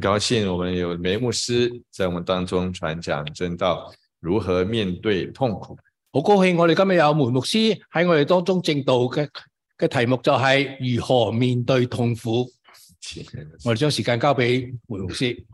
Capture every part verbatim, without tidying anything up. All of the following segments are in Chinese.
高兴我們有梅牧師在我們當中傳講真道，如何面對痛苦。 好高興我哋今日有梅牧師喺我哋當中證道嘅嘅題目就係如何面對痛苦。我哋將時間交俾梅牧師。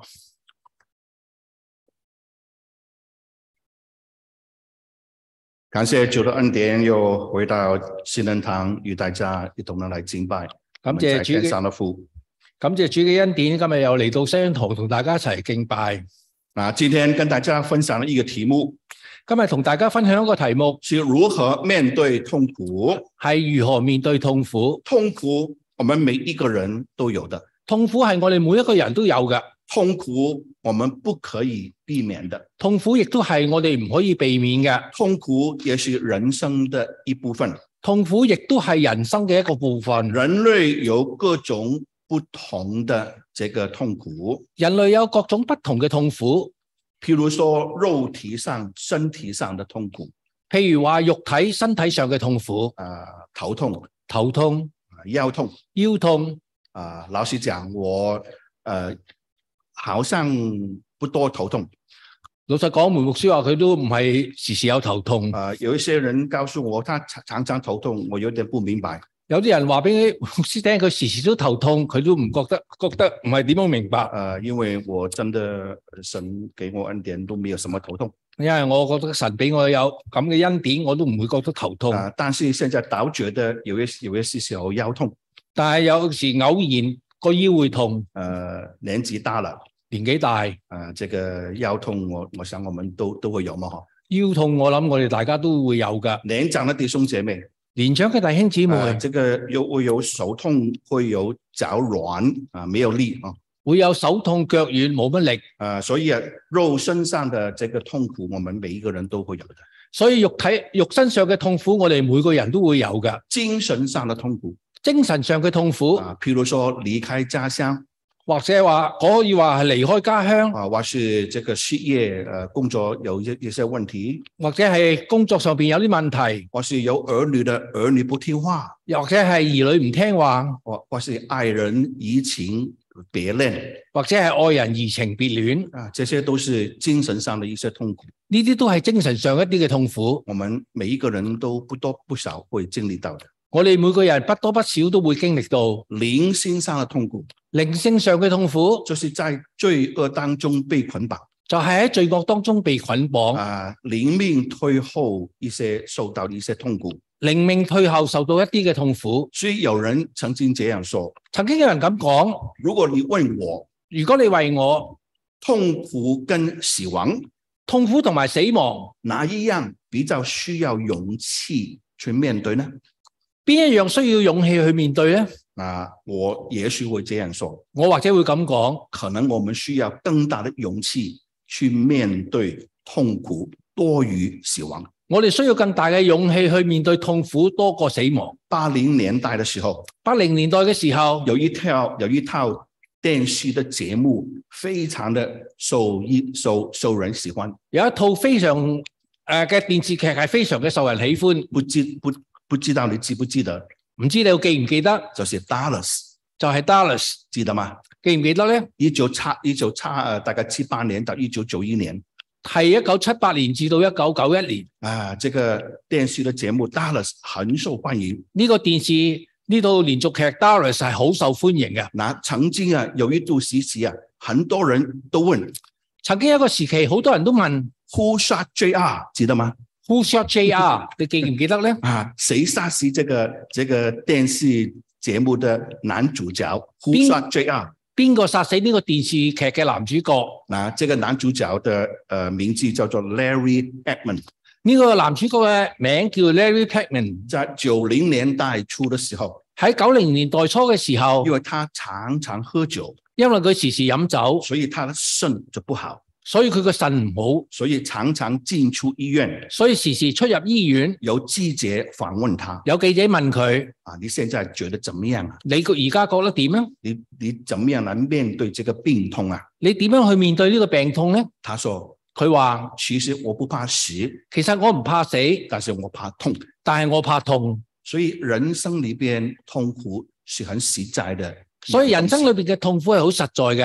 感謝主的恩典，又回到新人堂，與大家一同的來敬拜。 感謝主嘅感謝主嘅恩典，今日又嚟到新人堂同大家一齊敬拜。 啊，今天跟大家分享一個題目， 今日同大家分享一個題目， 是如何面對痛苦。 係如何面對痛苦。 痛苦，我們每一個人都有的。 痛苦係我哋每一個人都有嘅。 痛苦我們不可以避免的， 痛苦亦都係我哋唔可以避免嘅。 痛苦也是人生的一部分， 痛苦亦都係人生嘅一個部分。 人類有各種不同的這個痛苦， 人類有各種不同嘅痛苦， 譬如說肉體上、身體上的痛苦， 譬如話肉體、身體上嘅痛苦， 啊，頭痛、 頭痛、 腰痛、 腰痛。 啊，老實講，我，呃好像不多頭痛。 老實講，梅牧師話佢都唔係時時有頭痛。 啊，有一些人告訴我，他常常頭痛，我有點不明白。 有啲人話俾梅牧師聽，佢時時都頭痛，佢都唔覺得覺得唔係點樣明白。 啊，因為我真的神給我恩典，都沒有什麼頭痛。 因為我覺得神俾我有咁嘅恩典，我都唔會覺得頭痛。 啊，但是現在倒覺得有一有一些時候腰痛， 但係有時偶然個腰會痛。 呃，年紀大了， 年紀大， 啊，這個腰痛我我想我們都都會有嘛，嗬。 腰痛我諗我哋大家都會有噶。 年長的弟兄姐妹， 年長嘅弟兄姊妹， 啊，這個有會有手痛，會有腳軟啊，沒有力啊， 會有手痛腳軟冇乜力啊，所以啊，肉身上的這個痛苦，我們每一個人都會有的。 所以肉體肉身上嘅痛苦，我哋每個人都會有噶。 精神上的痛苦。 精神上嘅痛苦， 啊，譬如說離開家鄉， 或者話可以話係離開家鄉， 啊，或是這個事業、誒、呃、工作有一一些問題， 或者係工作上邊有啲問題， 或是有兒女的兒女不聽話， 又或者係兒女唔聽話， 或或是愛人移情別戀， 或者係愛人移情別戀， 啊，這些都是精神上的一些痛苦。 呢啲都係精神上一啲嘅痛苦， 我們每一個人都不多不少會經歷到的。 我哋每個人不多不少都會經歷到。 靈性上的痛苦， 靈性上嘅痛苦， 就是在罪惡當中被捆綁， 就係喺罪惡當中被捆綁。 啊，靈命退後一些受到一些痛苦， 靈命退後受到一啲嘅痛苦。 所以有人曾經這樣說， 曾經有人咁講， 如果你問我， 如果你為我痛苦跟死亡， 痛苦同埋死亡， 哪一樣比較需要勇氣去面對呢？ 邊一樣需要勇氣去面對呢？ 啊，我也許會這樣說， 我或者會咁講， 可能我們需要更大的勇氣去面對痛苦多於死亡。 我哋需要更大嘅勇氣去面對痛苦多過死亡。 八零年代的時候， 八零年代嘅時候， 有一套有一套電視的節目，非常的受一受受人喜歡。 有一套非常誒嘅電視劇係非常嘅受人喜歡。 不知不不知道你記不記得？ 唔知你記唔記得？ 就是 Dallas， 就係 Dallas， 記得嗎？ 記唔記得咧？ 一九七一九七誒，大概七八年到一九九一年， 係一九七八年至到一九九一年。 啊，這個電視的節目 Dallas 很受歡迎。 呢個電視呢套連續劇 Dallas 係好受歡迎嘅。 嗱，曾經啊有一度時期啊，很多人都問， 曾經有一個時期，好多人都問 Who shot J R？ 記得嗎？ Who shot J R？ 你記唔記得咧？ 啊，誰殺死這個這個電視節目的男主角 ？Who shot J R？ 邊個殺死呢個電視劇嘅男主角？ 嗱，這個男主角的誒名字叫做 Larry Ekman。 呢個男主角嘅名叫 Larry Ekman。 在九零年代初的時候， 喺九零年代初嘅時候， 因為他常常喝酒， 因為佢時時飲酒， 所以他的腎就不好。 所以佢個腎唔好， 所以常常進出醫院， 所以時時出入醫院。 有記者訪問他， 有記者問佢： 啊，你現在覺得怎麼樣啊？ 你而家覺得點啊？ 你你怎麼樣來面對這個病痛啊？ 你點樣去面對呢個病痛咧？ 他說： 佢話其實我不怕死， 其實我唔怕死， 但是我怕痛， 但係我怕痛。 所以人生裏邊痛苦是很實在的， 所以人生裏邊嘅痛苦係好實在嘅。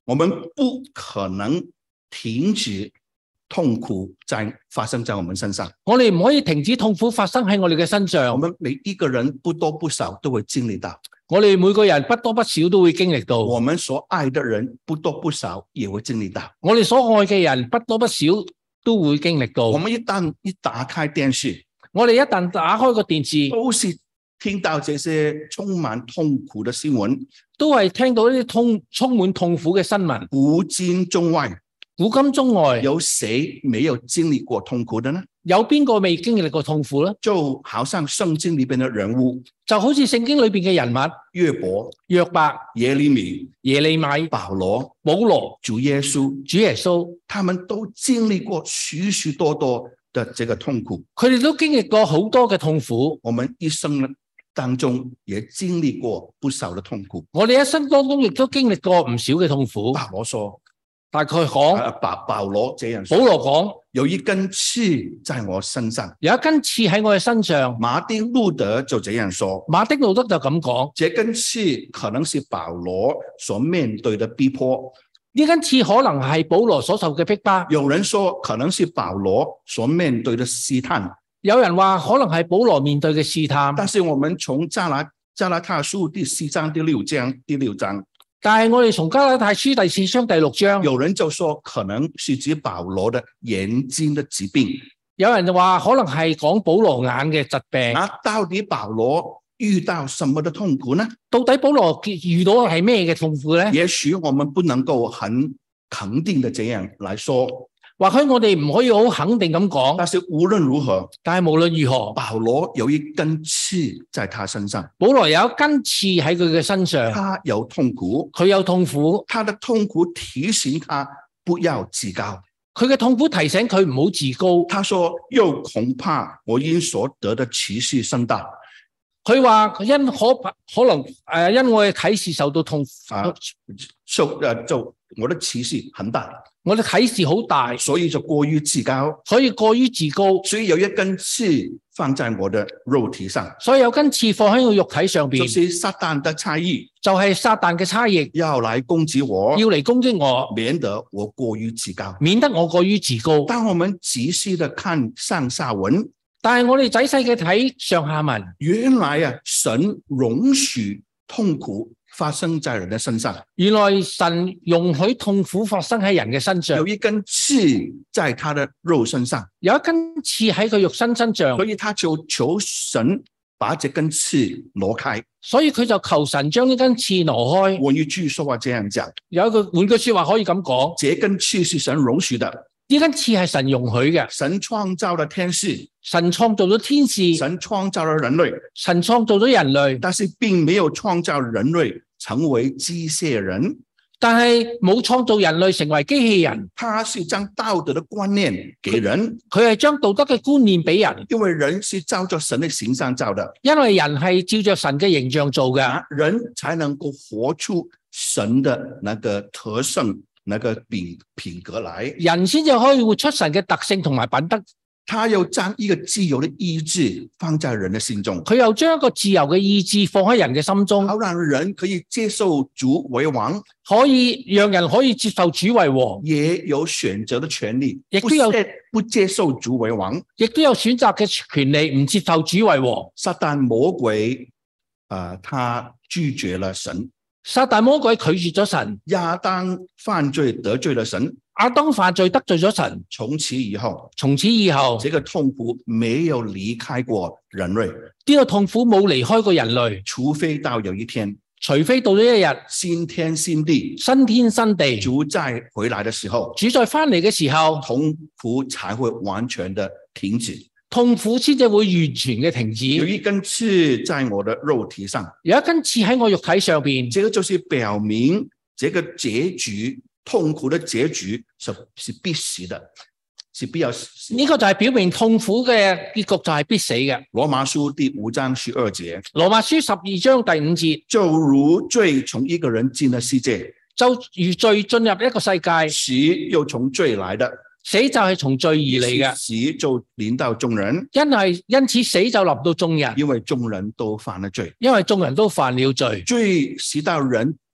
我們不可能停止痛苦在發生在我們身上。 我哋唔可以停止痛苦發生喺我哋嘅身上。 我們每一個人不多不少都會經歷到。 我哋每個人不多不少都會經歷到。 我們所愛的人不多不少也會經歷到。 我哋所愛嘅人不多不少都會經歷到。 我們一旦一打開電視， 我哋一旦打開個電視， 都是聽到這些充滿痛苦的新聞， 都係聽到呢啲痛充滿痛苦嘅新聞。 古今中外， 古今中外， 有誰沒有經歷過痛苦的呢？ 有邊個未經歷過痛苦呢？ 就好像聖經裏邊的人物， 就好似聖經裏邊嘅人物， 約伯、 約伯、 耶利米、 耶利米、 保羅、 保羅、 主耶穌、 主耶穌， 他們都經歷過許許多多的這個痛苦。 佢哋都經歷過好多嘅痛苦。 我們一生當中也經歷過不少的痛苦。 我哋一生當中亦都經歷過唔少嘅痛苦。 保羅說， 大概講， 啊、保保羅這樣說， 保羅講， 有一根刺在我身上， 有一根刺喺我嘅身上。 馬丁路德就這樣說， 馬丁路德就咁講， 這根刺可能是保羅所面對的逼迫。 呢根刺可能係保羅所受嘅逼迫。 有人說可能是保羅所面對的試探。 有人話可能係保羅面對嘅試探。 但是我們從加拉加拉太書第四章第六章第六章， 但係我哋從加拉太書第四章第六章， 有人就說可能是指保羅的眼睛的疾病。 有人就話可能係講保羅眼嘅疾病。 那到底保羅遇到什麼的痛苦呢？ 到底保羅遇到係咩嘅痛苦呢？ 也許我們不能夠很肯定的這樣來說， 或許我哋唔可以好肯定咁講。 但是無論如何， 但係無論如何， 保羅有一根刺在他身上， 保羅有一根刺喺佢嘅身上， 他有痛苦， 佢有痛苦， 他的痛苦提醒他不要自高。 佢嘅痛苦提醒佢唔好自高。 他說：又恐怕我因所得的啟示甚大。 佢話因可可能誒、呃，因我嘅啟示受到痛啊，受誒就我的啟示很大， 我嘅啟示好大， 所以就過於自高， 所以過於自高， 所以有一根刺放在我的肉體上， 所以有根刺放喺我肉體上邊， 就是撒旦的差役， 就係撒旦嘅差役， 要嚟攻擊我， 要嚟攻擊我， 免得我過於自高， 免得我過於自高。 當我們仔細的看上下文， 但係我哋仔細嘅睇上下文， 原來啊，神容許痛苦發生在人的身上。 原來神容許痛苦發生喺人嘅身上， 有一根刺在他的肉身上， 有一根刺喺佢肉身身上， 所以他就求神把這根刺挪開。 所以佢就求神將呢根刺挪開。 換一句說話這樣講， 有一個換句說話可以咁講， 這根刺是神容許的。 呢根刺係神容許嘅， 神創造了天使， 神創造咗天使， 神創造了人類， 神創造咗人類， 但是並沒有創造人類成為機械人， 但係冇創造人類成為機器人。 他是將道德的觀念給人， 佢係將道德嘅觀念俾人， 因為人是照着神的形象造的， 因為人係照着神嘅形象做嘅， 人才能夠活出神的那個特性。那個品品格來， 人先至可以活出神嘅特性同埋品德。 他又將一個自由的意志放在人的心中， 佢又將一個自由嘅意志放喺人嘅心中， 好讓人可以接受主為王， 可以讓人可以接受主為王， 也有選擇的權利， 亦都有不接受主為王， 亦都有選擇嘅權利，唔接受主為王。 撒旦魔鬼啊、呃，他拒絕了神。 撒旦魔鬼拒絕咗神， 亞當犯罪得罪了神， 亞當犯罪得罪咗神， 從此以後， 從此以後， 這個痛苦沒有離開過人類， 呢個痛苦冇離開過人類， 除非到有一天， 除非到咗一日新天新地， 新天新地， 主再回來的時候， 主再翻嚟嘅時候， 痛苦才會完全的停止。 痛苦先至會完全嘅停止。 有一根刺在我的肉體上， 有一根刺喺我肉體上邊， 這個就是表明這個結局，痛苦的結局是是必死的，是必要死。 呢個就係表明痛苦嘅結局就係必死嘅。 羅馬書第五章十二節， 羅馬書十二章第五節， 就如罪從一個人進了世界， 就如罪進入一個世界， 死又從罪來的。 死就係從罪而嚟嘅， 死就臨到眾人， 因係因此死就臨到眾人， 因為眾人都犯了罪， 因為眾人都犯了罪， 罪使到人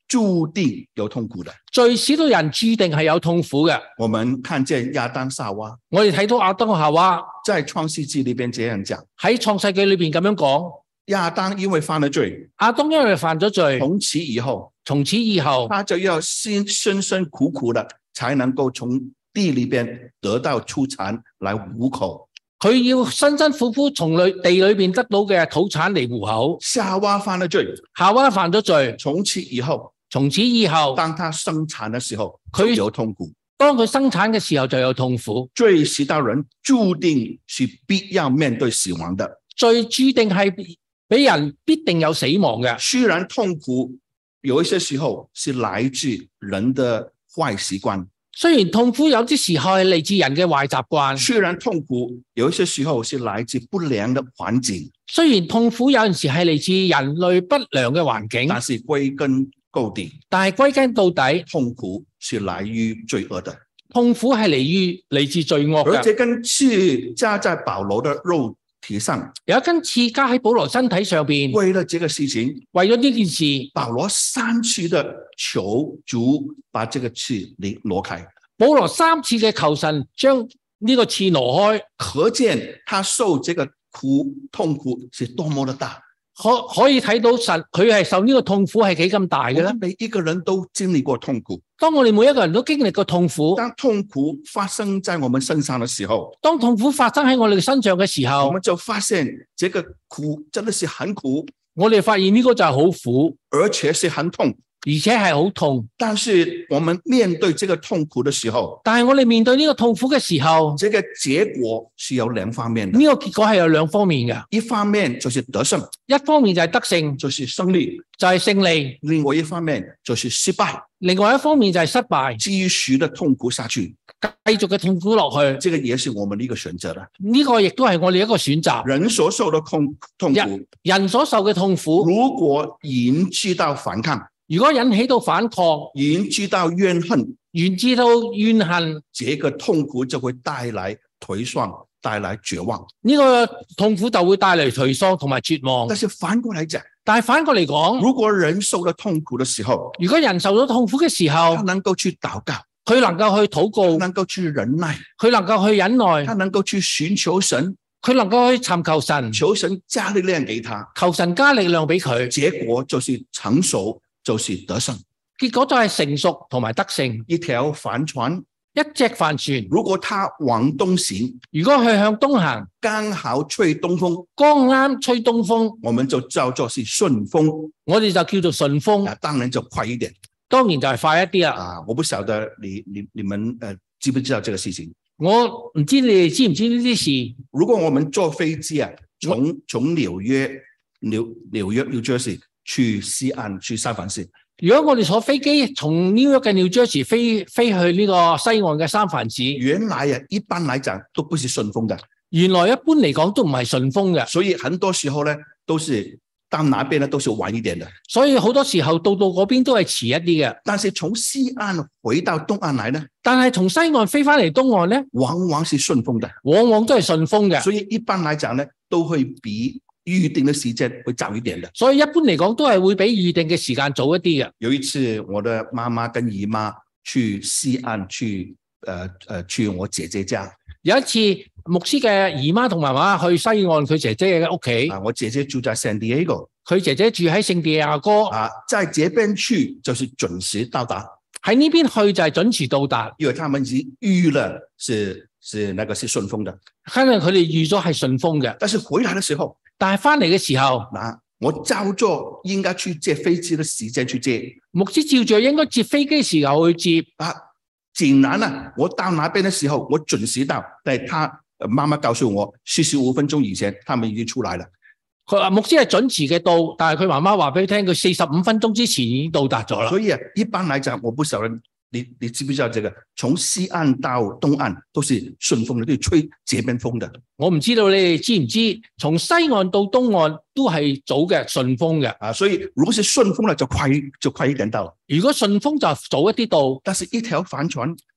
注定有痛苦的。 罪使到人注定係有痛苦嘅。 我們看見亞當夏娃， 我哋睇到亞當夏娃在創世記裏邊這樣講， 喺創世記裏邊咁樣講， 亞當因為犯了罪， 亞當因為犯咗罪， 從此以後， 從此以後， 他就要辛辛辛苦苦的，才能夠從地裏邊得到出產來糊口。 佢要辛辛苦苦從裏地裏邊得到嘅土產嚟糊口。 夏娃犯了罪， 夏娃犯咗罪， 從此以後， 從此以後， 當他生產的時候， 佢就有痛苦。 當佢生產嘅時候就有痛苦。 罪使到人注定是必要面對死亡的， 罪注定係俾人必定有死亡嘅。 雖然痛苦有一些時候是來自人的壞習慣， 雖然痛苦有啲時候係嚟自人嘅壞習慣， 雖然痛苦有一些時候是來自不良的環境， 雖然痛苦有陣時係嚟自人類不良嘅環境， 但是歸根究底， 但係歸根到底， 痛苦是來於罪惡的。 痛苦係嚟於嚟自罪惡嘅。 而這根刺加在保羅的肉體上， 有一根刺加喺保羅身體上邊， 為了這個事情， 為咗呢件事， 保羅三次的求主把這個刺你挪開。 保羅三次嘅求神將呢個刺挪開， 可見他受這個苦痛苦是多麼的大。 可可以睇到神佢係受呢個痛苦係幾咁大嘅咧？ 每一個人都經歷過痛苦。 當我哋每一個人都經歷過痛苦， 當痛苦發生在我們身上的時候， 當痛苦發生喺我哋身上嘅時候， 我們就發現這個苦真的是很苦。 我哋發現呢個就係好苦， 而且是很痛。 而且係好痛， 但是我們面對這個痛苦的時候， 但係我哋面對呢個痛苦嘅時候， 這個結果是有兩方面的。 呢個結果係有兩方面嘅， 一方面就是得勝， 一方面就係得勝， 就是勝利， 就係勝利； 另外一方面就是失敗， 另外一方面就係失敗， 繼續的痛苦下去， 繼續嘅痛苦落去。 這個也是我們的一個選擇啦。 呢個亦都係我哋一個選擇。 人所受的痛痛苦， 人所受嘅痛苦， 如果引致到反抗， 如果引起到反抗， 引致到怨恨， 引致到怨恨， 這個痛苦就會帶來頹喪，帶來絕望。 呢個痛苦就會帶來頹喪同埋絕望。 但是反過來講， 但係反過嚟講， 如果人受到痛苦的時候， 如果人受到痛苦嘅時候， 他能夠去禱告， 佢能夠去禱告， 能夠去忍耐， 佢能夠去忍耐， 他能夠去尋求神， 佢能夠去尋求神， 求神加力量給他， 求神加力量俾佢， 結果就是成熟，就是得勝。 結果就係成熟同埋得勝。 一條帆船， 一隻帆船， 如果它往東行， 如果佢向東行， 剛好吹東風， 剛啱吹東風， 我們就叫做是順風， 我哋就叫做順風， 啊，當然就快一點。 當然就係快一啲啦。 啊，我不曉得你你你們誒知不知道這個事情？ 我唔知你哋知唔知呢啲事？如果我們坐飛機啊，從從紐約紐紐約 New Jersey 去西岸去三藩市。 如果我哋坐飛機從紐約嘅 New Jersey 飛飛去呢個西岸嘅三藩市， 原來啊，一般來講都不是順風的。 原來一般嚟講都唔係順風嘅， 所以很多時候呢，都是到那邊呢都是晚一點的。 所以好多時候到到嗰邊都係遲一啲嘅。 但是從西岸回到東岸來呢？ 但係從西岸飛翻嚟東岸呢， 往往是順風的， 往往都係順風嘅。 所以一般來講呢，都會比預定的時間會早一點的， 所以一般嚟講都係會比預定嘅時間早一啲嘅。 有一次，我的媽媽跟姨媽去西岸去，誒、呃、誒、呃，去我姐姐家。 有一次，牧師嘅姨媽同媽媽去西岸佢姐姐嘅屋企。 啊，我姐姐住在 San Diego， 佢姐姐住喺聖地亞哥。 啊，在這邊去就是準時到達， 喺呢邊去就係準時到達， 因為他們已經預了是是那個是順風的， 可能佢哋預咗係順風嘅。 但是回來的時候。 但係翻嚟嘅時候， 嗱，我照做應該去借飛機的時間去借， 牧師照住應該接飛機時候去接。 啊，竟然啊，我到那邊的時候我準時到，但係他媽媽告訴我四十五分鐘以前，他們已經出來了。 佢話牧師係準時嘅到，但係佢媽媽話俾佢聽，佢四十五分鐘之前已經到達咗啦。 所以啊，一般來講，我不曉得你你知不知道這個？從西岸到東岸都是順風的，都係吹這邊風的。 我唔知道你哋知唔知，從西岸到東岸都係早嘅順風嘅。 啊，所以如果是順風呢，就快就快一點到。 如果順風就早一啲到。 但是一條帆船，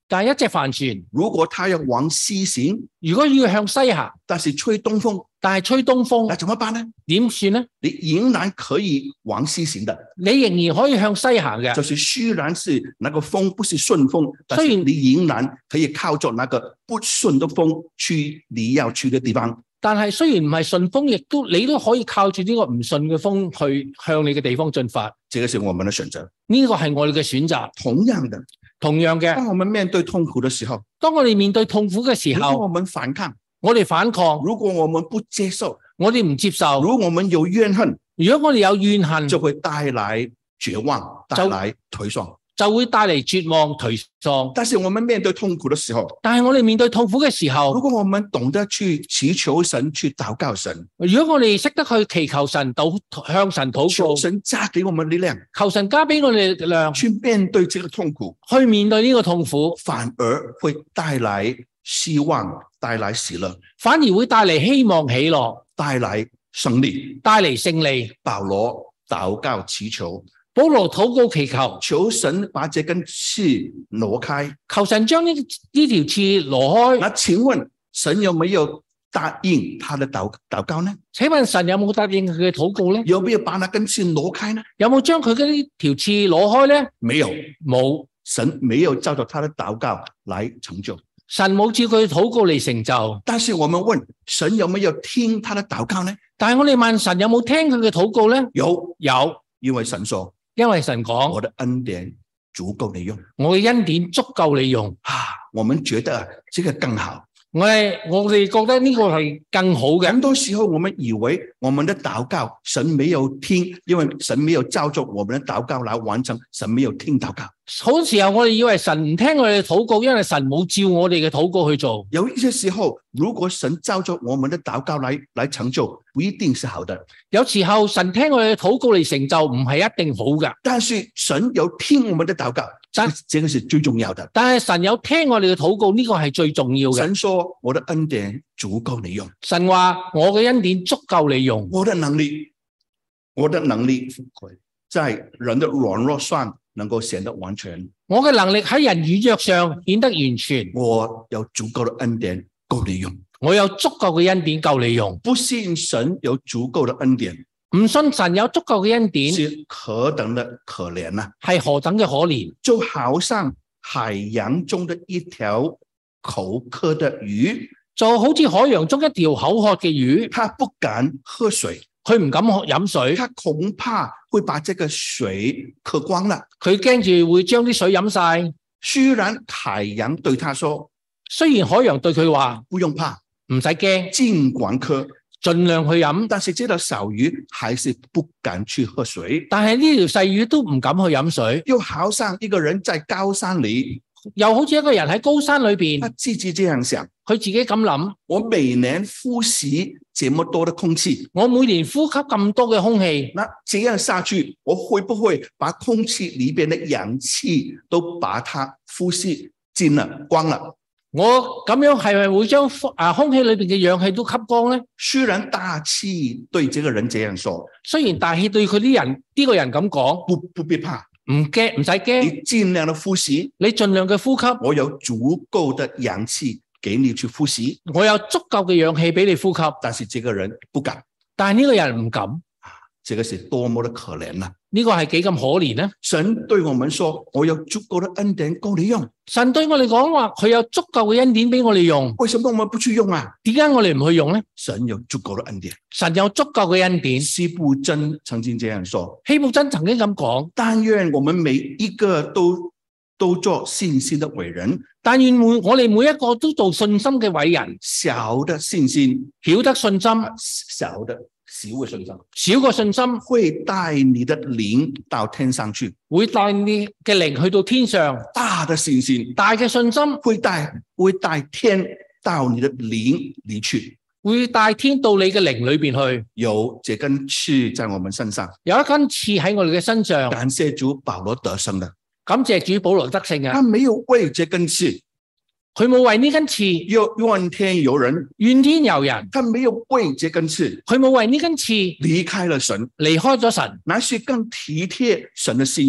但係一隻帆船， 如果它要往西行， 如果要向西行， 但是吹東風， 但係吹東風， 那怎麼辦呢？ 點算呢？ 你仍然可以往西行的， 你仍然可以向西行嘅。 就是雖然是那個風不是順風，但是你仍然可以靠着那個不順的風去你要去的地方。 但係雖然唔係順風，亦都你都可以靠住呢個唔順嘅風去向你嘅地方進發。 這個是我們的選擇， 呢個係我哋嘅選擇。 同樣的， 同樣嘅， 當我們面對痛苦的時候， 當我哋面對痛苦嘅時候， 如果我們反抗， 我哋反抗， 如果我們不接受， 我哋唔接受， 如果我們有怨恨， 如果我哋有怨恨， 就會帶來絕望，帶來頹喪。 就會帶嚟絕望頹喪。 但是我們面對痛苦的時候， 但係我哋面對痛苦嘅時候， 如果我們懂得去祈求神，去禱告神， 如果我哋識得去祈求神，禱向神禱告， 求神加給我們力量， 求神加俾我哋力量去面對這個痛苦， 去面對呢個痛苦， 反而會帶來希望，帶來喜樂， 反而會帶嚟希望喜樂， 帶來勝利， 帶嚟勝利。 保羅禱告祈求， 保羅禱告祈求， 求神把這根刺挪開， 求神將呢呢條刺挪開。 那請問神有沒有答應他的禱禱告呢？ 請問神有冇答應佢嘅禱告呢？ 有沒有把那根刺挪開呢？ 有冇將佢嘅呢條刺挪開呢？ 沒有， 冇。 神沒有照着他的禱告來成就， 神冇照佢禱告嚟成就。 但是我們問神有沒有聽他的禱告呢？ 但係我哋問神有冇聽佢嘅禱告呢？ 有， 有， 因為神說， 因為神講我的恩典足夠你用， 我嘅恩典足夠你用。 啊，我們覺得這個更好。 我哋我哋覺得呢個係更好嘅。 很多時候我們以為我們的禱告神沒有聽，因為神沒有照着我們的禱告來完成，神沒有聽禱告。 好時候我哋以為神唔聽我哋嘅禱告，因為神冇照我哋嘅禱告去做。 有一些時候，如果神照着我們的禱告來來成就，不一定是好的。 有時候神聽我哋嘅禱告嚟成就，唔係一定好㗎。 但是神有聽我們的禱告， 但這個是最重要的。 但係神有聽我哋嘅禱告，呢個係最重要嘅。 神說我的恩典足夠你用， 神話我嘅恩典足夠你用， 我的能力，我的能力在人的軟弱上能夠顯得完全。 我嘅能力喺人軟弱上顯得完全。 我有足夠的恩典夠你用， 我有足夠嘅恩典夠你用。 不信神有足夠的恩典， 唔信神有足夠嘅恩典， 是何等的可憐啊！ 係何等嘅可憐， 就好像海洋中的一條口渴的魚， 就好似海洋中一條口渴嘅魚， 它不敢喝水， 佢唔敢飲水， 它恐怕會把這個水喝光了， 佢驚住會將啲水飲晒。 雖然海洋對他說， 雖然海洋對佢話不用怕， 唔使驚， 盡管喝， 盡量去飲， 但是這條小魚還是不敢去喝水。 但係呢條細魚都唔敢去飲水。 又好像一個人在高山裏， 又好似一個人喺高山裏邊， 他自己這樣想， 佢自己咁諗： 我每年呼吸這麼多的空氣， 我每年呼吸咁多嘅空氣， 那這樣下去，我會不會把空氣裏邊的氧氣都把它呼吸盡了光了？ 我咁樣係咪會將啊空氣裏邊嘅氧氣都吸光咧？ 雖然大氣對這個人這樣說， 雖然大氣對佢啲人呢個人咁講， 不不必怕， 唔驚唔使驚， 你盡量的呼吸， 你盡量嘅呼吸， 我有足夠的氧氣給你去呼吸， 我有足夠嘅氧氣俾你呼吸。 但是這個人不敢， 但係呢個人唔敢， 這個是多麼的可憐啊！ 呢個係幾咁可憐呢？ 神對我們說，我有足夠的恩典夠你用。 神對我哋講話，佢有足夠嘅恩典俾我哋用。 為什麼我們不去用啊？ 點解我哋唔去用呢？ 神有足夠的恩典， 神有足夠嘅恩典。 希布真曾經這樣說， 希布真曾經咁講： 但願我們每一個都都做信心的偉人， 但願每我哋每一個都做信心嘅偉人。 小的信心， 曉得信心， 小的小嘅信心， 少個信心會帶你的靈到天上去， 會帶你嘅靈去到天上。 大的信心， 大嘅信心會帶會帶天到你的靈裏去， 會帶天到你嘅靈裏邊去。 有這根刺在我們身上， 有一根刺喺我哋嘅身上。 感謝主，保羅得勝的， 感謝主，保羅得勝啊！ 他沒有為這根刺， 佢冇為呢根刺又怨天尤人， 怨天尤人。 他沒有為這根刺， 佢冇為呢根刺離開了神， 離開咗神， 乃是更體貼神的心意，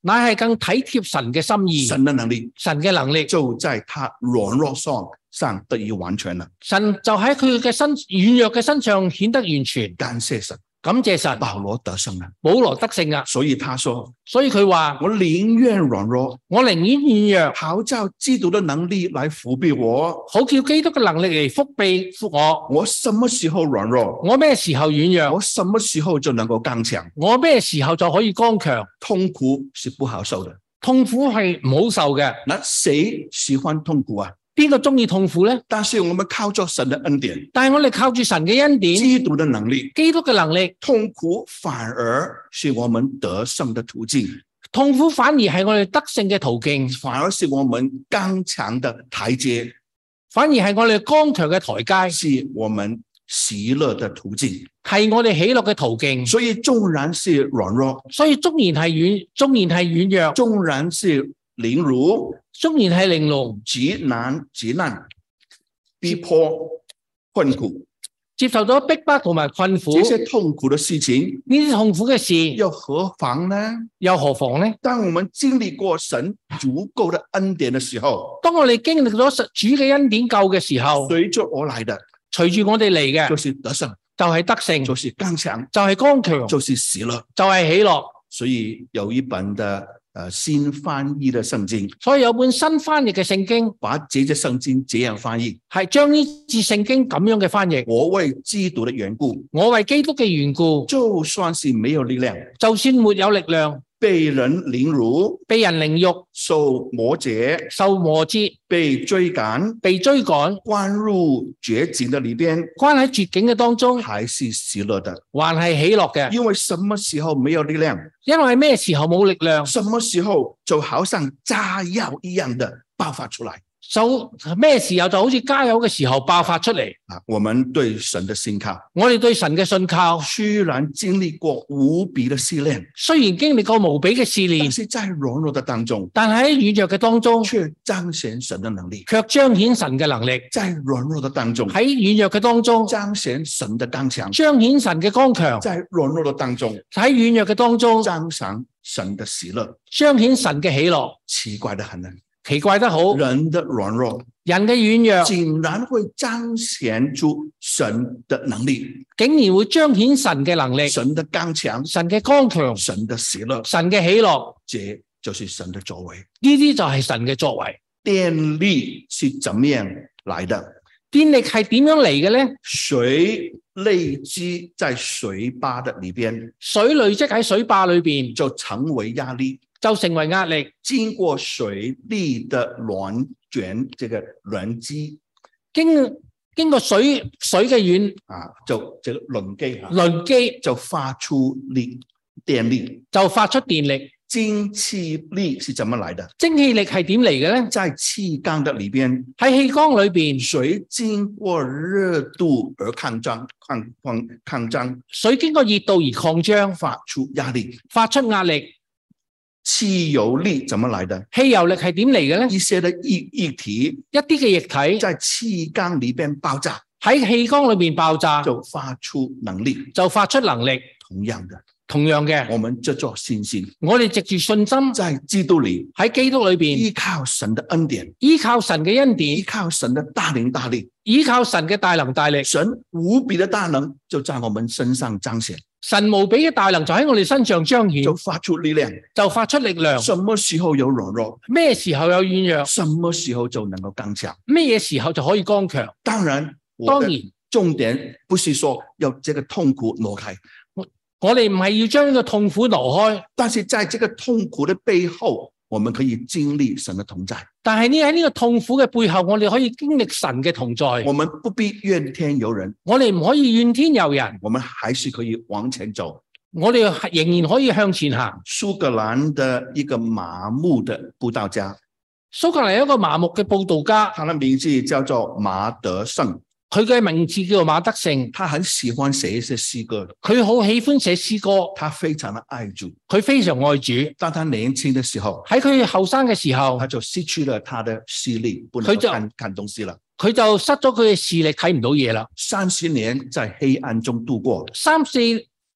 乃係更體貼神嘅心意。 神的能力， 神嘅能力就在他軟弱上上得以完全了。 神就喺佢嘅身軟弱嘅身上顯得完全。 感謝神， 感謝神， 保羅得勝了。 保羅得勝啊！ 所以他說， 所以佢話我寧願軟弱， 我寧願軟弱， 好叫基督的能力來覆庇我。 好叫基督嘅能力嚟覆庇我。 我什麼時候軟弱， 我咩時候軟弱， 我什麼時候就能夠剛強。 我咩時候就可以剛強。 痛苦是不好受的， 痛苦係唔好受嘅。 那誰喜歡痛苦啊？ 邊個中意痛苦咧？ 但是我們靠着神的恩典， 但係我哋靠住神嘅恩典， 基督的能力， 基督嘅能力， 痛苦反而是我們得勝的途徑， 痛苦反而係我哋得勝嘅途徑， 反而是我們剛強的台階， 反而係我哋剛強嘅台階， 是我們喜樂的途徑， 係我哋喜樂嘅途徑。 所以縱然是軟弱， 所以縱然係軟，縱然係軟弱， 縱然是凌辱， 縱然係凌辱， 極難極難逼迫困苦， 接受咗逼迫同埋困苦， 這些痛苦的事情， 呢啲痛苦嘅事又何妨呢？ 又何妨呢？ 當我們經歷過神足夠的恩典的時候， 當我哋經歷咗主嘅恩典夠嘅時候， 隨着我來的， 隨住我哋嚟嘅， 就是得勝， 就係得勝， 就是剛強， 就係剛強， 就是喜樂， 就係喜樂。 所以有一本的呃新翻譯的聖經， 所以有本新翻譯嘅聖經， 把這隻聖經這樣翻譯， 係將呢節聖經咁樣嘅翻譯。 我為基督的緣故， 我為基督嘅緣故， 就算是沒有力量， 就算沒有力量， 被人凌辱， 被人凌辱， 受磨折， 受磨折， 被追趕， 被追趕， 關入絕境的裏邊， 關喺絕境嘅當中， 還是喜樂的， 還係喜樂嘅。 因為什麼時候沒有力量， 因為咩時候冇力量， 什麼時候就好像炸藥一樣的爆發出來。 就咩時候就好似加油嘅時候爆發出嚟。 啊，我們對神的信靠， 我哋對神嘅信靠， 雖然經歷過無比的試煉， 雖然經歷過無比嘅試煉， 但是在軟弱的當中， 但係喺軟弱嘅當中， 卻彰顯神的能力， 卻彰顯神嘅能力。 在軟弱的當中， 喺軟弱嘅當中， 彰顯神的剛強， 彰顯神嘅剛強。 在軟弱的當中， 喺軟弱嘅當中， 彰顯神的喜樂， 彰顯神嘅喜樂。 奇怪得很啊！ 奇怪得好， 人的軟弱， 人嘅軟弱， 竟然會彰顯出神的能力， 竟然會彰顯神嘅能力， 神的剛強， 神嘅剛強， 神的喜樂， 神嘅喜樂， 這就是神的作為。 呢啲就係神嘅作為。 電力是怎麼樣來的？ 電力係點樣嚟嘅咧？ 水累積在水壩的裏邊， 水累積喺水壩裏邊， 就成為壓力， 就成為壓力。 經過水力的輪捲，這個輪機， 經經過水水嘅軟啊，就這個輪機啊， 輪機就發出力電力， 就發出電力。 蒸汽力是怎麼來的？ 蒸汽力係點嚟嘅咧？ 在氣缸的裏邊， 喺氣缸裏邊， 水經過熱度而擴張，擴擴擴張， 水經過熱度而擴張， 發出壓力， 發出壓力。 汽油力怎麼來的？ 汽油力係點嚟嘅咧？ 一些的液液體， 一啲嘅液體在氣缸裏邊爆炸， 喺氣缸裏邊爆炸， 就發出能力， 就發出能力。 同樣的， 同樣嘅， 我們藉着信心， 我哋藉住信心， 在基督裏， 喺基督裏邊， 依靠神的恩典， 依靠神嘅恩典， 依靠神的大能大力， 依靠神嘅大能大力， 神無比的大能就在我們身上彰顯， 神無比嘅大能就喺我哋身上彰顯， 就發出力量， 就發出力量。 什麼時候有軟弱， 咩時候有軟弱， 什麼時候就能夠剛強， 咩嘢時候就可以剛強。 當然， 當然， 重點不是說要這個痛苦挪開， 我哋唔係要將呢個痛苦挪開， 但是在這個痛苦的背後，我們可以經歷神的同在。 但係呢喺呢個痛苦嘅背後，我哋可以經歷神嘅同在。 我們不必怨天尤人， 我哋唔可以怨天尤人， 我們還是可以往前走。 我哋仍然可以向前行。 蘇格蘭的一個麻木的布道家， 蘇格蘭有一個麻木嘅布道家， 他的名字叫做馬德勝。 佢嘅名字叫做馬德勝， 他很喜歡寫一些詩歌， 佢好喜歡寫詩歌， 他非常的愛主， 佢非常愛主。 當他年輕的時候， 喺佢後生嘅時候， 他就失去了他的視力，不能看看東西了， 佢就失咗佢嘅視力，睇唔到嘢啦。 三十年在黑暗中度過， 三四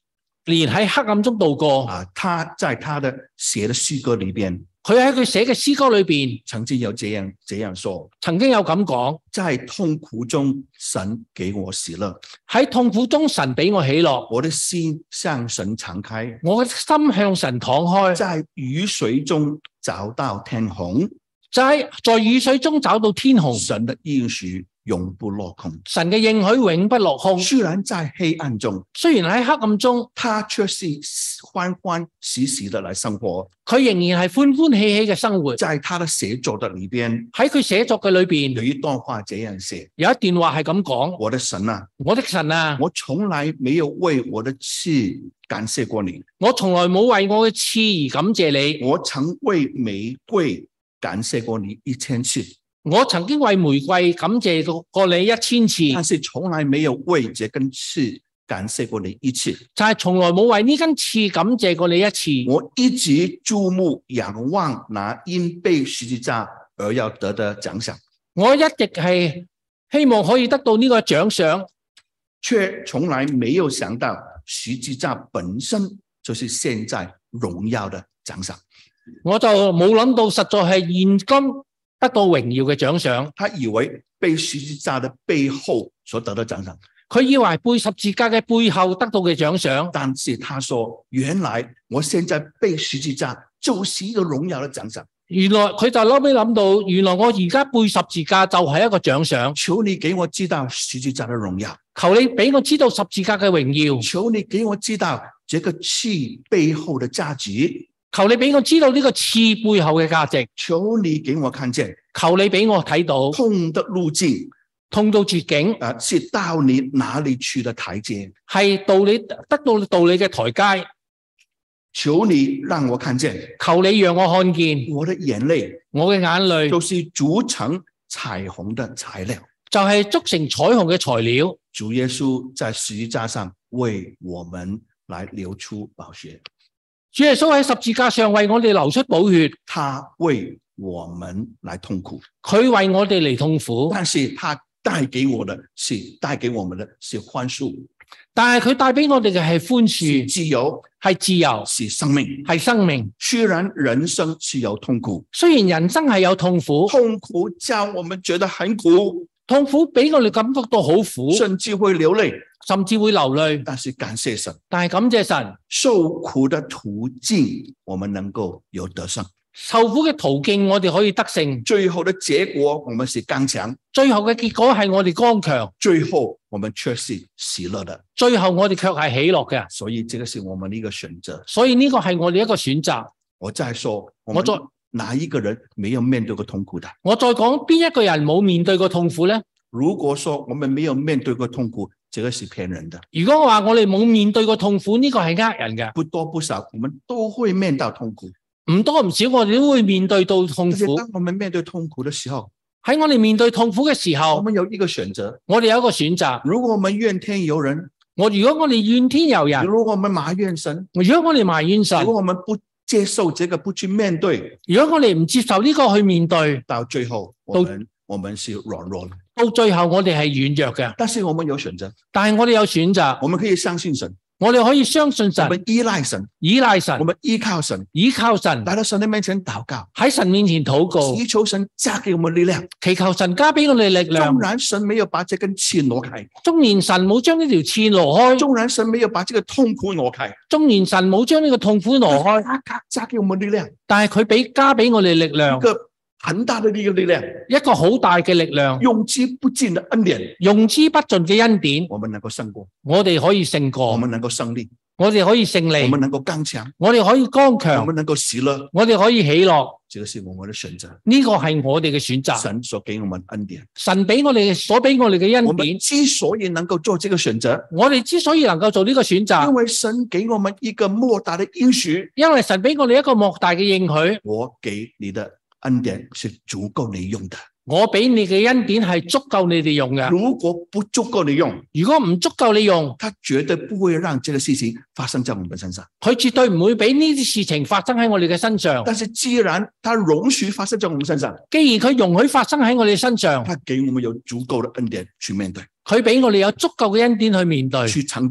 年喺黑暗中度過。 啊，他在他的寫的詩歌裏邊， 佢喺佢寫嘅詩歌裏邊， 曾經有這樣這樣說， 曾經有咁講： 在痛苦中，神給我喜樂； 喺痛苦中，神俾我喜樂。 我的心向神敞開， 我嘅心向神敞開。 在雨水中找到天空， 就喺在雨水中找到天空。 神的應許永不落空， 神嘅應許永不落空。 雖然在黑暗中， 雖然喺黑暗中， 他卻是歡歡喜喜的來生活。 佢仍然係歡歡喜喜嘅生活。 在他的寫作的裏邊， 喺佢寫作嘅裏邊， 有一段話這樣寫： 有一段話係咁講： 我的神啊， 我的神啊， 我從來沒有為我的刺感謝過你， 我從來冇為我嘅刺而感謝你。 我曾為玫瑰感謝過你一千次， 我曾經為玫瑰感謝過你一千次， 但是從來沒有為這根刺感謝過你一次， 就係從來冇為呢根刺感謝過你一次。 我一直注目仰望那因被十字架而要得的獎賞， 我一直係希望可以得到呢個獎賞， 卻從來沒有想到十字架本身就是現在榮耀的獎賞。 我就冇諗到實在係現今得到榮耀嘅獎賞。 他以為被十字架的背後所得的獎賞， 佢以為背十字架嘅背後得到嘅獎賞， 但是他說，原來我現在被十字架就是一個榮耀的獎賞。 原來佢就後尾諗到，原來我而家背十字架就係一個獎賞。 求你給我知道十字架的榮耀， 求你俾我知道十字架嘅榮耀， 求你給我知道這個刺背後的價值， 求你俾我知道呢個刺背後嘅價值， 求你給我看見， 求你俾我睇到痛的路徑， 痛到絕境， 啊，是到你哪裏去的台階， 係到你得到到你嘅台階。 求你讓我看見， 求你讓我看見， 我的眼淚， 我嘅眼淚都是組成彩虹的材料， 就係築成彩虹嘅材料。 主耶穌在十字架上為我們來流出寶血， 主耶穌喺十字架上為我哋流出寶血， 他為我們來痛苦， 佢為我哋嚟痛苦， 但是他帶給我的是帶給我們的是寬恕， 但係佢帶俾我哋嘅係寬是恕、 自由， 係自由、 是生命， 係生命。 雖然人生是有痛苦， 雖然人生係有痛苦， 痛苦叫我們覺得很苦， 痛苦俾我哋感覺到好苦， 甚至會流淚， 甚至會流淚。 但是感謝神， 但係感謝神， 受苦的途徑我們能夠有得勝， 受苦嘅途徑我哋可以得勝， 最後的結果我們是剛強， 最後嘅結果係我哋剛強， 最後我們卻是喜樂的， 最後我哋卻係喜樂嘅。 所以這個是我們的一個選擇。 所以呢個係我哋一個選擇。 我再說， 我再哪一個人沒有面對過痛苦的？ 我再講邊一個人冇面對過痛苦呢？ 如果說我們沒有面對過痛苦，這個是騙人的。 如果我話我哋冇面對過痛苦，呢個係呃人嘅。 不多不少，我們都會面到痛苦。 唔多唔少，我哋都會面對到痛苦。 當我們面對痛苦的時候， 喺我哋面對痛苦嘅時我候， 們有一個選擇。 我哋有一個選擇。 如果我們怨天尤人， 我如果我哋怨天尤人， 如果我們埋怨神， 如果我哋埋怨神， 如果我們不接受這個，不去面對， 如果我哋唔接受呢個去面對， 到最後我們我們是軟弱， 到最後我哋係軟弱嘅。 但是我們有選擇， 但係我哋有選擇， 我們可以相信神， 我哋可以相信神， 我們依賴神， 依賴神， 我們依靠神， 依靠神， 來到神的面前禱告， 喺神面前禱告， 祈求神加給我們力量， 祈求神加俾我哋力量。 縱然神沒有把這根刺挪開， 縱然神冇將呢條刺挪開， 縱然神沒有把這個痛苦挪開， 縱然神冇將呢個痛苦挪開， 加加給我們力量， 但係佢俾加俾我哋力量， 一個很大的一個力量， 一個好大嘅力量， 用之不盡的恩典， 用之不盡嘅恩典， 我們能夠勝過， 我哋可以勝過， 我們能夠勝利， 我哋可以勝利， 我們能夠剛強， 我哋可以剛我強， 們能夠喜樂， 我哋可以喜樂。 這個是我們的選擇， 呢個係我哋嘅選擇。 神所給我們恩典， 神俾我哋所俾我哋嘅我們恩典， 之所以能夠做這個選擇， 我哋之所以能夠做呢個選擇， 因為神給我們一個莫大的應許， 因為神俾我哋一個莫大嘅應許， 我給你的恩典是足夠你用的， 我俾你嘅恩典係足夠你哋用嘅。 如果不足夠你用， 如果唔足夠你用， 他絕對不會讓這個事情發生在我們身上。 佢絕對唔會俾呢啲事情發生喺我哋嘅身上。 但是既然他容許發生在我們身上， 既然佢容許發生喺我哋身上， 他給我們有足夠的恩典去面對， 佢俾我哋有足夠嘅恩典去面對， 去承擔，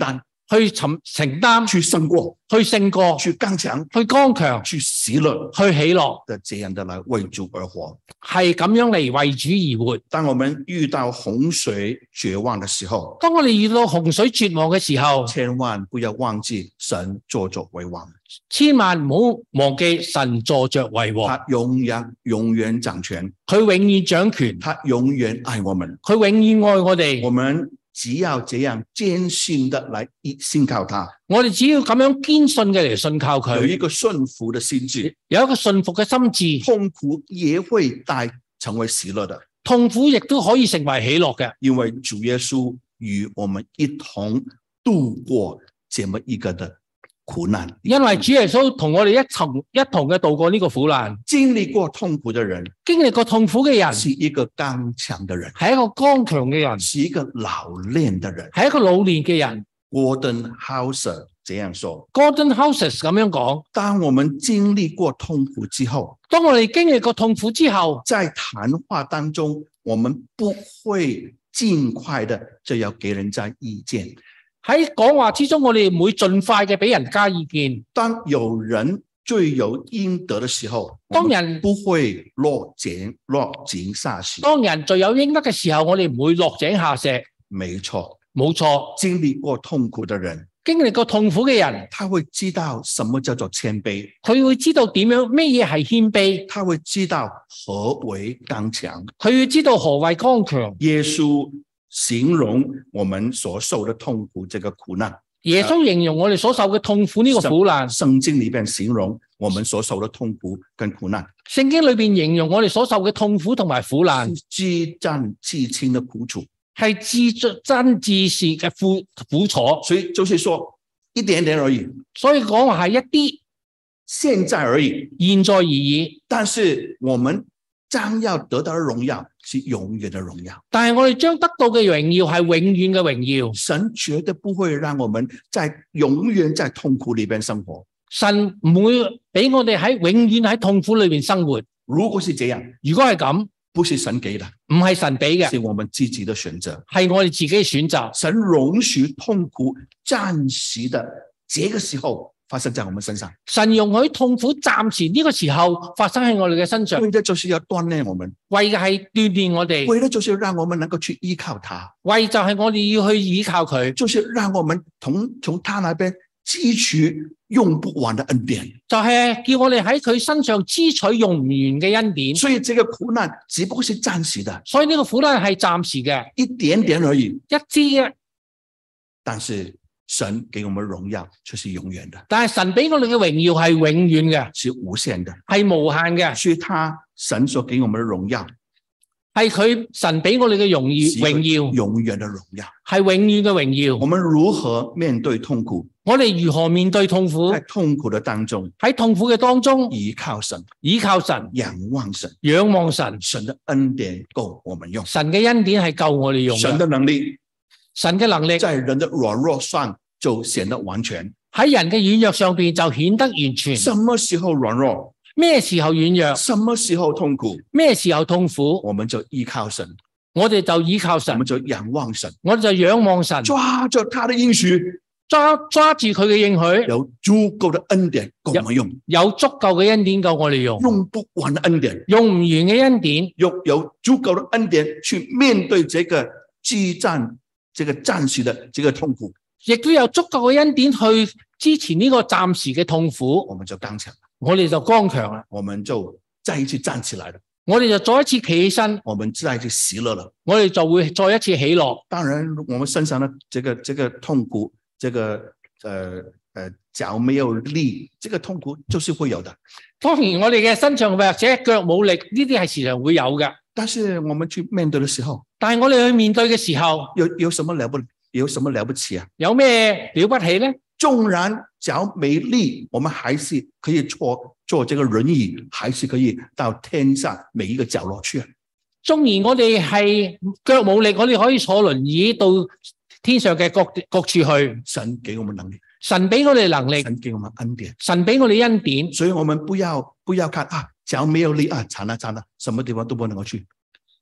去承承擔， 去勝過， 去勝過， 去剛強， 去剛強， 去喜樂， 去喜樂的這樣的來為主而活， 係咁樣嚟為主而活。 當我們遇到洪水絕望的時候， 當我哋遇到洪水絕望嘅時候， 千萬不要忘記神坐着為王， 千萬唔好忘記神坐着為王， 他永遠永遠掌權， 佢永遠掌權， 他永遠愛我們， 佢永遠愛我哋。 我們只要這樣堅信的來信靠他， 我哋只要咁樣堅信嘅嚟信靠有佢， 一個順服的心智， 有一個信服嘅心智， 痛苦也會帶成為喜樂的， 痛苦亦都可以成為喜樂嘅， 因為主耶穌與我們一同度過這麼一個的苦難， 因為主耶穌同我哋一同一同嘅度過呢個苦難。 經歷過痛苦的人， 經歷過痛苦嘅人是一個剛強的人， 係一個剛強嘅人， 是一個老練的人。 係一個老練嘅人。 Gordon Hauser 這樣說 Gordon Houses 咁樣講， 當我們經歷過痛苦之後， 當我哋經歷過痛苦之後， 在談話當中，我們不會盡快的就要給人家意見。 喺講話之中，我哋唔會盡快嘅俾人加意見。 當有人罪有應得的時候， 當人不會落井落井下石。 當人罪有應得嘅時候，我哋唔會落井下石。 沒錯， 冇錯。 經歷過痛苦的人， 經歷過痛苦嘅人， 他會知道什麼叫做謙卑， 佢會知道點樣咩嘢係謙卑， 他會知道何為剛強， 佢會知道何為剛強。 耶穌形容我們所受的痛苦，這個苦難。 耶穌形容我哋所受嘅痛苦呢個苦難。 聖經裏邊形容我們所受的痛苦跟苦難。 聖經裏邊形容我哋所受嘅痛苦同埋苦難， 至暫至輕的苦楚， 係至真至是嘅苦苦楚。 所以就是說一點點而已。 所以講話係一啲， 現在而已， 現在而已。 但是我們將要得到的榮耀是永遠的榮耀， 但係我哋將得到嘅榮耀係永遠嘅榮耀。 神絕對不會讓我們在永遠在痛苦裏邊生活。 神唔會俾我哋喺永遠喺痛苦裏邊生活。 如果是這樣， 如果係咁， 不是神給的， 唔係神俾嘅， 是我們自己的選擇， 係我哋自己嘅選擇。 神容許痛苦暫時的這個時候發生在我們身上， 神容許痛苦暫時呢個時候發生喺我哋嘅身上， 為的就是要鍛煉我們， 為嘅係鍛煉我哋， 為的就是讓我們能夠去依靠他， 為就係我哋要去依靠佢， 就是讓我們從從他那邊汲取用不完的恩典， 就係叫我哋喺佢身上支取用唔完嘅恩典。 所以這個苦難只不過是暫時的， 所以呢個苦難係暫時嘅， 一點點而已， 一支嘅。 但是神給我們榮耀卻是永遠的， 但係神俾我哋嘅榮耀係永遠嘅， 是無限的， 係無限嘅。 所以他神所給我們的榮耀係佢神俾我哋嘅榮耀，榮耀永遠的榮耀， 係永遠嘅榮耀。 我們如何面對痛苦？ 我哋如何面對痛苦？ 在痛苦的當中， 喺痛苦嘅當中， 依靠神， 依靠神， 仰望神， 仰望神。 神的恩典夠我們用， 神嘅恩典係夠我哋用嘅。 神的能力， 神嘅能力在人的軟弱上就顯得完全。 喺人嘅軟弱上邊就顯得完全。 什麼時候軟弱？ 咩時候軟弱？ 什麼時候痛苦？ 咩時候痛苦？ 我們就依靠神， 我哋就依靠神， 我們就仰望神， 我哋就仰望神， 抓着他的應許， 抓抓住佢嘅應許， 有足夠的恩典夠我們用， 有足夠嘅恩典夠我哋用， 用不完的恩典， 用唔完嘅恩典， 有有足夠的恩典去面對這個激戰、這個暫時的這個痛苦， 亦都有足夠嘅恩典去支持呢個暫時嘅痛苦， 我們就剛強， 我哋就剛強啦， 我們就再一次站起來了， 我哋就再一次企起身， 我們再一次喜樂了， 我哋就會再一次喜樂。 當然，我們身上的這個這個痛苦，這個呃呃腳沒有力，這個痛苦就是會有的。 當然，我哋嘅身上或者腳冇力，呢啲係時常會有嘅。 但是我們去面對的時候， 但係我哋去面對嘅時候， 有有什麼了不有什麼了不起啊？ 有咩了不起呢？ 縱然腳沒力，我們還是可以坐坐這個輪椅，還是可以到天上每一個角落去。 縱然我哋係腳冇力，我哋可以坐輪椅到天上嘅各各處去。 神給我們能力， 神俾我哋能力， 神給我們恩典， 神俾我哋恩典。 所以我們不要不要看啊，腳沒有力啊，慘啦慘啦，什麼地方都不能夠去。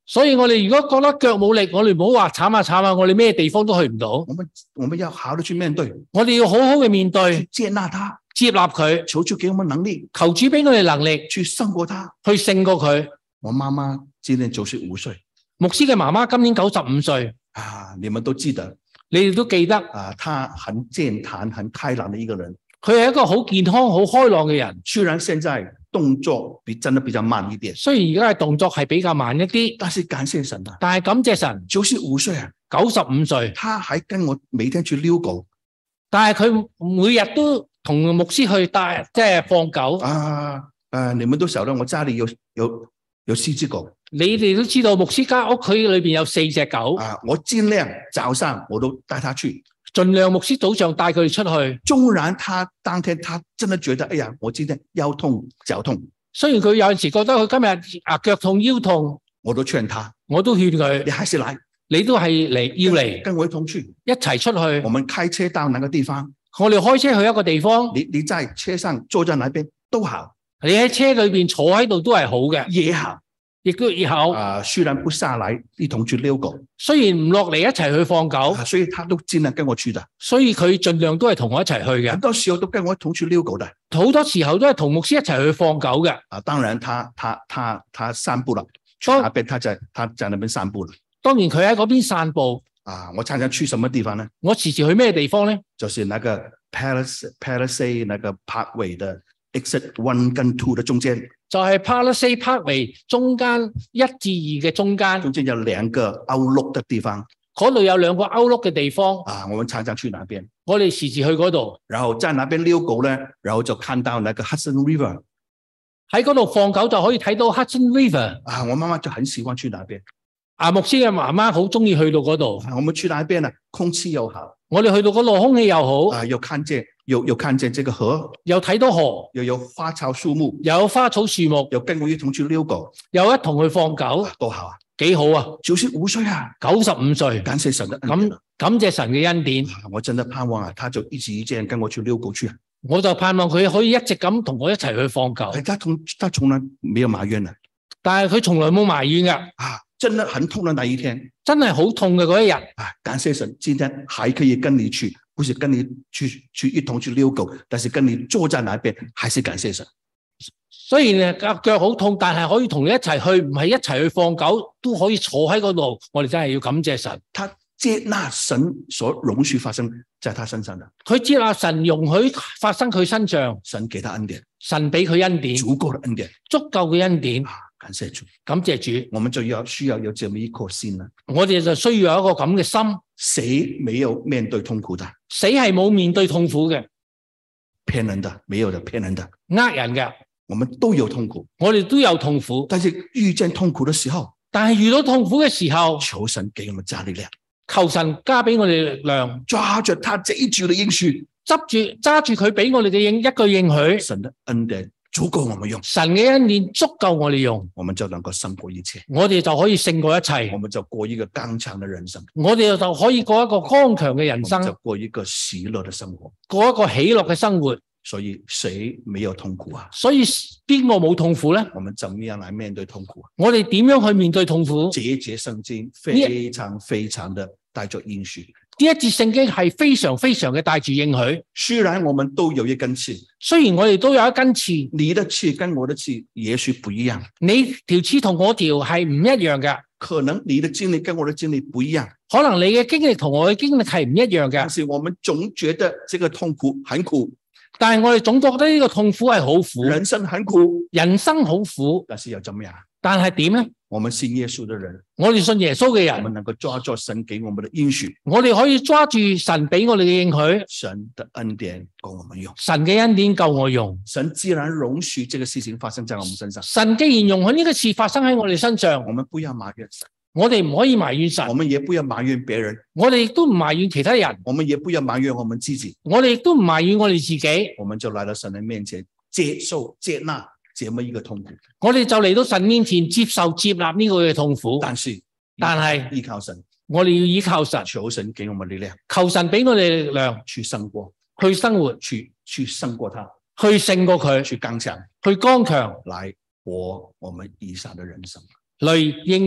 所以我哋如果覺得腳冇力，我哋唔好話慘啊慘啊，我哋咩地方都去唔到。 我們我們要好好的去面對， 我哋要好好嘅面對， 去接納他， 接納佢， 求主給我們能力， 求主俾我哋能力去勝過他， 去勝過佢。 我媽媽今年九十五歲， 牧師嘅媽媽今年九十五歲啊，你們都記得， 你哋都記得啊，她很健談、很開朗的一個人。 佢係一個好健康、好開朗嘅人。 雖然現在動作比真的比較慢一點， 雖然而家嘅動作係比較慢一啲， 但是感謝神啊！ 但係感謝神， 九十五歲啊， 九十五歲， 他還跟我每天去遛狗， 但係佢每日都同牧師去帶，即係放狗。 啊，誒，你們都曉得我家裏有有有四隻狗， 你哋都知道牧師家屋企裏邊有四隻狗。 啊，我盡量早上我都帶他去。 盡量牧師早上帶佢哋出去， 縱然他當天他真的覺得，哎呀，我今天腰痛腳痛， 雖然佢有陣時覺得佢今日啊腳痛腰痛， 我都勸他， 我都勸佢， 你還是來， 你都係嚟要嚟， 跟我一同去， 一齊出去。 我們開車到那個地方， 我哋開車去一個地方， 你你在車上坐在那邊都好， 你喺車裏邊坐喺度都係好嘅， 也好。 亦都以後啊，雖然不下來一同去遛狗， 雖然唔落嚟一齊去放狗， 啊，所以他都盡量跟我去的。 所以佢盡量都係同我一齊去嘅。 很多時候都跟我一同去遛狗的。 好多時候都係同牧師一齊去放狗嘅。 啊，當然他他他他散步了，去那邊他在他在那邊散步了。 當然佢喺嗰邊散步。 啊，我常常去什麼地方呢？ 我時時去咩地方呢？ 就是那個 Palace Palisade 那個 Parkway 的 Exit One 跟 Two 的中間。 就係 Palisade Parkway 中間一至二嘅中間， 中間有兩個 outlook 的地方， 嗰度有兩個 outlook 嘅地方。 啊，我們常常去那邊， 我哋時時去嗰度， 然後在那邊遛狗呢，然後就看到那個 Hudson River， 喺嗰度放狗就可以睇到 Hudson River。 啊，我媽媽就很喜歡去那邊。 啊，牧師嘅媽媽好中意去到嗰度。 我們去那邊呢，空氣又好， 我哋去到嗰度空氣又好， 啊，又看見又又看見這個河， 又睇到河， 又有花草樹木， 有花草樹木， 又跟我一同去遛狗， 又一同去放狗， 啊，多好啊， 幾好啊！ 九十五歲啊， 九十五歲， 感謝神的恩典， 咁感謝神嘅恩典， 啊，我真的盼望啊，他就一直這樣跟我去遛狗去啊， 我就盼望佢可以一直咁同我一齊去放狗。 他從他從來沒有埋怨啊， 但係佢從來冇埋怨㗎。 啊，真的很痛的那一天， 真係好痛嘅嗰一日。 啊，感謝神，今天還可以跟你去，不是跟你去去一同去遛狗，但是跟你坐在那邊，還是感謝神。 雖然腳腳好痛，但係可以同你一齊去，唔係一齊去放狗，都可以坐喺嗰度。我哋真係要感謝神。 他接納神所容許發生在他身上的， 佢接納神容許發生佢身上， 神給他恩典， 神俾佢恩典， 足夠的恩典， 足夠嘅恩典。 啊，感謝主， 感謝主， 我們就要需要有這麼一顆心啦。 我哋就需要有一個咁嘅心。 誰沒有面對痛苦的？ 死係冇面對痛苦嘅， 騙人的，沒有的，騙人的， 呃人嘅。 我們都有痛苦， 我哋都有痛苦， 但是遇見痛苦的時候， 但係遇到痛苦嘅時候， 求神給我們加力量， 求神加俾我哋力量， 抓着他這一句的應許， 執住揸住佢俾我哋嘅應一句應許， 神的恩典足夠我們用， 神嘅恩典足夠我哋用， 我們就能夠勝過一切， 我哋就可以勝過一切， 我們就過一個剛強的人生， 我哋就可以過一個剛強嘅人我們就生， 過一個喜樂的生活。 過一個喜樂嘅生活。 所以誰沒有痛苦啊？ 所以邊個冇痛苦咧？ 我們怎麼樣來面對痛苦啊？ 我哋點樣去面對痛苦？ 這一節聖經非常非常的帶着應許。 呢一節聖經係非常非常嘅帶住應許。 雖然我們都有一根刺， 雖然我哋都有一根刺， 你的刺跟我的刺也許不一樣， 你條刺同我條係唔一樣嘅。 可能你的經歷跟我的經歷不一樣， 可能你嘅經歷同我嘅經歷係唔一樣嘅。 但是我們總覺得這個痛苦很苦。 但係我哋總覺得呢個痛苦係好苦， 人生很苦， 人生好苦。 但是要怎麼樣？ 但係點咧？ 我們信耶穌的人， 我哋信耶穌嘅人， 我們能夠抓住神給我們的應許， 我哋可以抓住神俾我哋嘅應許， 神的恩典夠我們用， 神嘅恩典夠我用。 神既然容許這個事情發生在我們身上， 神既然容許呢個事發生喺我哋身上， 我們不要埋怨神， 我哋唔可以埋怨神， 我們也不要埋怨別人， 我哋亦都唔埋怨其他人， 我們也不要埋怨我們自己， 我哋亦都唔埋怨我哋自己， 我們就來到神的面前，接受接納這麼一個痛苦。 我哋就嚟到神面前接受接納呢個嘅痛苦。 但是但係依靠神， 我哋要依靠神， 求神給我們力量， 求神俾我哋力量去勝過， 去生活， 去去勝過他， 去勝過佢， 去剛強， 去剛強， 來活我們以上的人生。 嚟應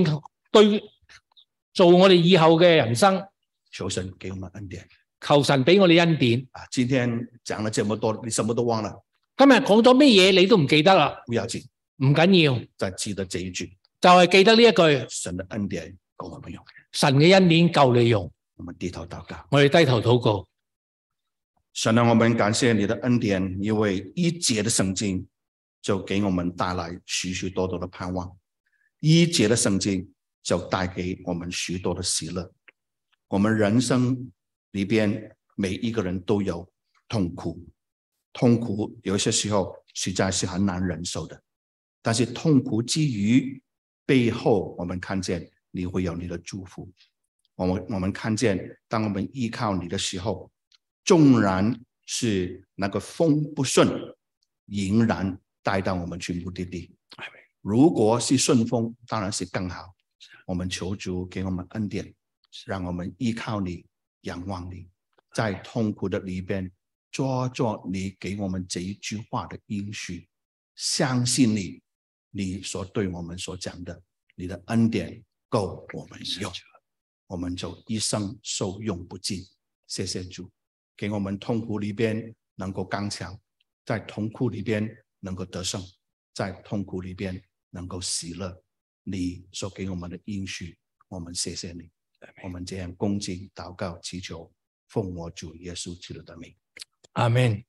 對做我哋以後嘅人生， 求神給我們恩典。 求神俾我哋恩典。 啊，今天講了這麼多，你什麼都忘了。 今日講咗咩嘢你都唔記得啦， 不要緊， 唔緊要， 再記得這一句， 就係記得呢一句， 神的恩典夠我們用， 神嘅恩典夠你用。 我們低頭禱告， 我哋低頭禱告。 神啊，我們感謝你的恩典，因為一節的聖經就給我們帶來許許多多的盼望，一節的聖經就帶給我們許多的喜樂。我們人生裏邊每一個人都有痛苦，痛苦有些時候實在是很難忍受的，但是痛苦之餘背後我們看見你會有你的祝福。我們我們看見當我們依靠你的時候，縱然是那個風不順，仍然帶到我們去目的地。如果是順風，當然是更好。我們求主給我們恩典，讓我們依靠你，仰望你，在痛苦的裏邊抓住你給我們這一句話的應許，相信你，你所對我們所講的，你的恩典夠我們用，我們就一生受用不盡。謝謝主，給我們痛苦裏邊能夠剛強，在痛苦裏邊能夠得勝，在痛苦裏邊能夠喜樂。你所給我們的應許，我們謝謝你。我們這樣恭敬禱告祈求，奉我主耶穌基督的名， 阿們。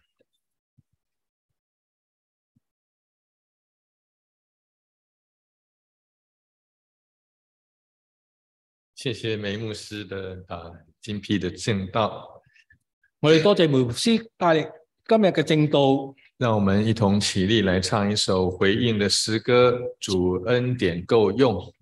謝謝梅牧師的啊精闢的證道。 我哋多謝梅牧師帶嚟今日嘅證道。 讓我們一同起立來唱一首回應的詩歌，主恩典夠用。